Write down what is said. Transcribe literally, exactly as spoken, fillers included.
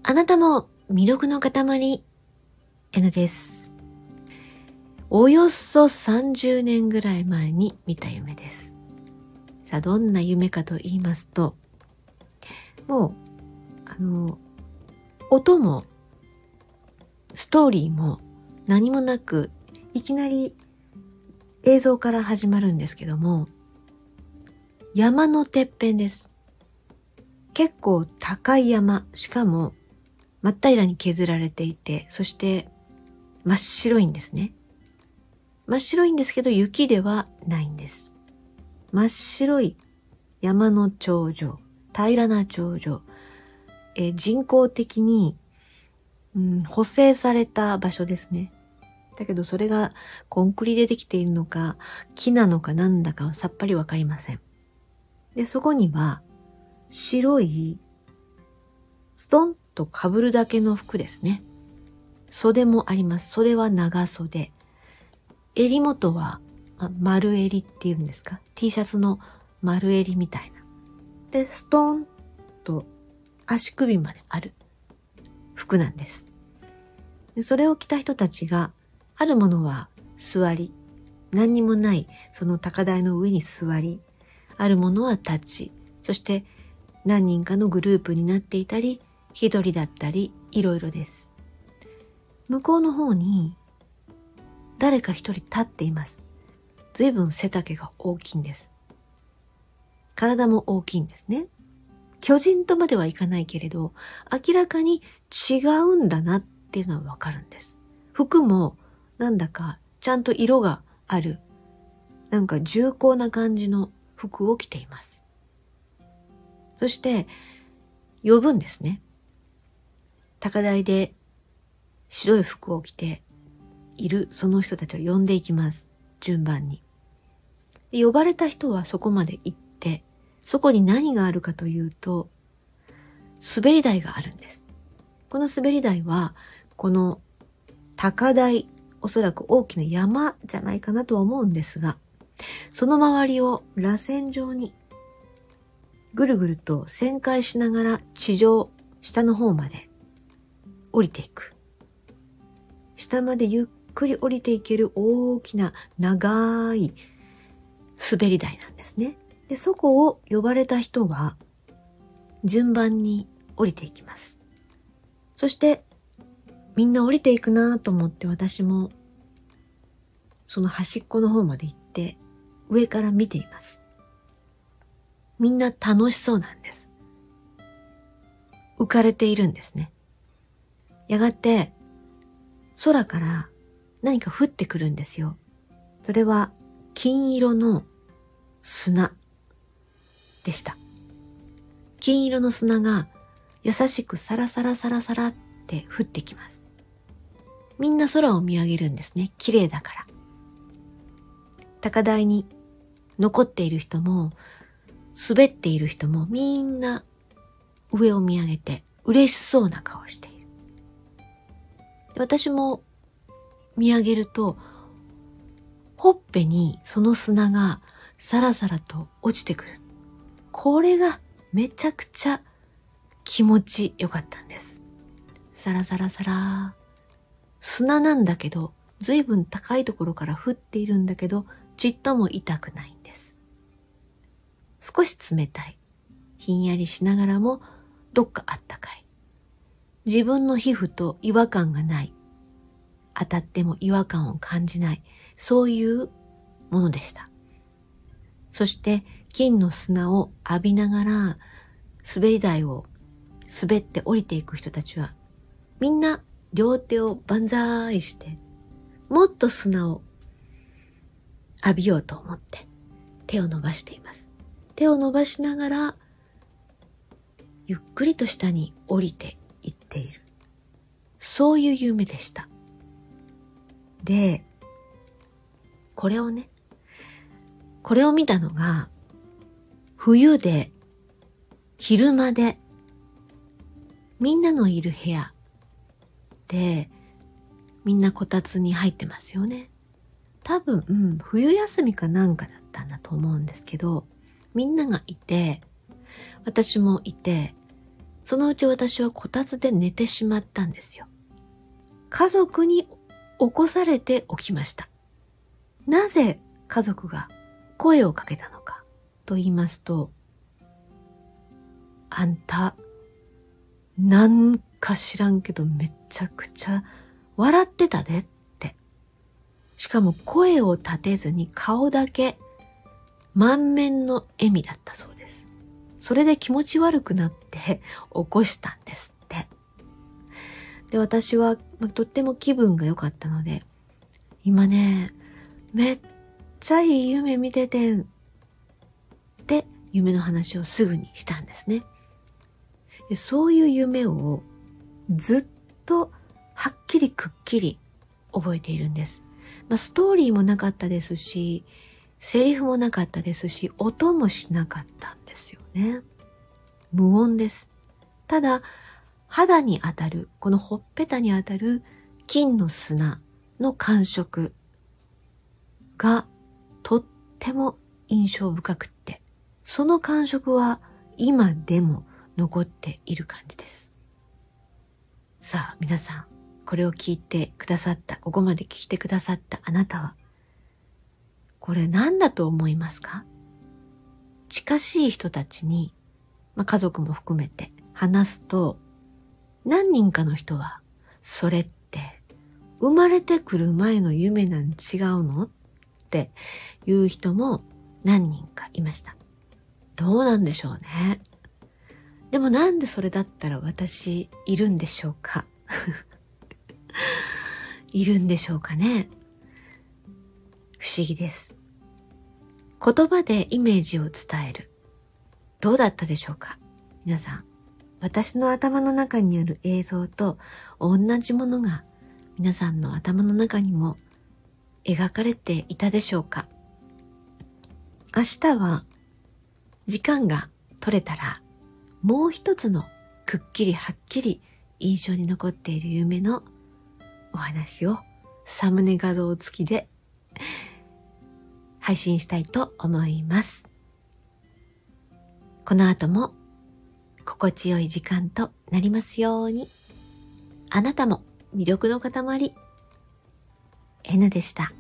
あなたも魅力の塊 N です。およそさんじゅうねんぐらい前に見た夢です。さあ、どんな夢かと言いますと、もうあの音もストーリーも何もなく、いきなり映像から始まるんですけども、山のてっぺんです。結構高い山、しかも真っ平らに削られていて、そして真っ白いんですね。真っ白いんですけど雪ではないんです。真っ白い山の頂上、平らな頂上、え人工的に、うん、補正された場所ですね。だけどそれがコンクリでできているのか木なのかなんだかはさっぱりわかりません。で、そこには白いストンと被るだけの服ですね。袖もあります。袖は長袖。襟元は、ま、丸襟っていうんですか？ T シャツの丸襟みたいな。で、ストンと足首まである服なんです。で、それを着た人たちが、あるものは座り、何にもないその高台の上に座り、あるものは立ち、そして何人かのグループになっていたり、一人だったり、いろいろです。向こうの方に誰か一人立っています。ずいぶん背丈が大きいんです。体も大きいんですね。巨人とまではいかないけれど、明らかに違うんだなっていうのはわかるんです。服もなんだかちゃんと色がある、なんか重厚な感じの服を着ています。そして呼ぶんですね。高台で白い服を着ているその人たちを呼んでいきます。順番に。で、呼ばれた人はそこまで行って、そこに何があるかというと、滑り台があるんです。この滑り台は、この高台、おそらく大きな山じゃないかなとは思うんですが、その周りを螺旋状にぐるぐると旋回しながら地上、下の方まで降りていく。下までゆっくり降りていける大きな長い滑り台なんですね。で、そこを呼ばれた人は順番に降りていきます。そしてみんな降りていくなと思って私もその端っこの方まで行って上から見ています。みんな楽しそうなんです。浮かれているんですね。やがて空から何か降ってくるんですよ。それは金色の砂でした。金色の砂が優しくサラサラサラサラって降ってきます。みんな空を見上げるんですね。綺麗だから。高台に残っている人も滑っている人もみんな上を見上げて嬉しそうな顔をしている。私も見上げるとほっぺにその砂がサラサラと落ちてくる。これがめちゃくちゃ気持ちよかったんです。サラサラサラ。砂なんだけど、ずいぶん高いところから降っているんだけど、ちっとも痛くないんです。少し冷たい。ひんやりしながらも、どっかあったかい。自分の皮膚と違和感がない。当たっても違和感を感じない。そういうものでした。そして金の砂を浴びながら滑り台を滑って降りていく人たちはみんな両手を万歳してもっと砂を浴びようと思って手を伸ばしています。手を伸ばしながらゆっくりと下に降りていっている。そういう夢でした。で、これをね、これを見たのが冬で昼間でみんなのいる部屋でみんなこたつに入ってますよね。多分、うん、冬休みかなんかだったんだと思うんですけど、みんながいて私もいて、 そのうち私はこたつで寝てしまったんですよ。家族に起こされて起きました。なぜ家族が声をかけたのかと言いますと、あんた、なんか知らんけどめちゃくちゃ笑ってたでって。しかも声を立てずに顔だけ満面の笑みだったそうです。それで気持ち悪くなって起こしたんですって。で、私はとっても気分が良かったので、今ね、めっちゃいい夢見ててんって夢の話をすぐにしたんですね。で、そういう夢をずっとはっきりくっきり覚えているんです。まあ、ストーリーもなかったですし、セリフもなかったですし、音もしなかったんですよね。無音です。ただ、肌に当たる、このほっぺたに当たる金の砂の感触がとっても印象深くって、その感触は今でも残っている感じです。さあ皆さん、これを聞いてくださった、ここまで聞いてくださったあなたは、これ何だと思いますか？近しい人たちに、まあ、家族も含めて話すと、何人かの人は、それって生まれてくる前の夢なん違うのっていう人も何人かいました。どうなんでしょうね。でもなんでそれだったら私いるんでしょうかいるんでしょうかね。不思議です。言葉でイメージを伝える。どうだったでしょうか？皆さん、私の頭の中にある映像と同じものが皆さんの頭の中にも描かれていたでしょうか？明日は時間が取れたらもう一つのくっきりはっきり印象に残っている夢のお話をサムネ画像付きで配信したいと思います。この後も心地よい時間となりますように。あなたも魅力の塊 N でした。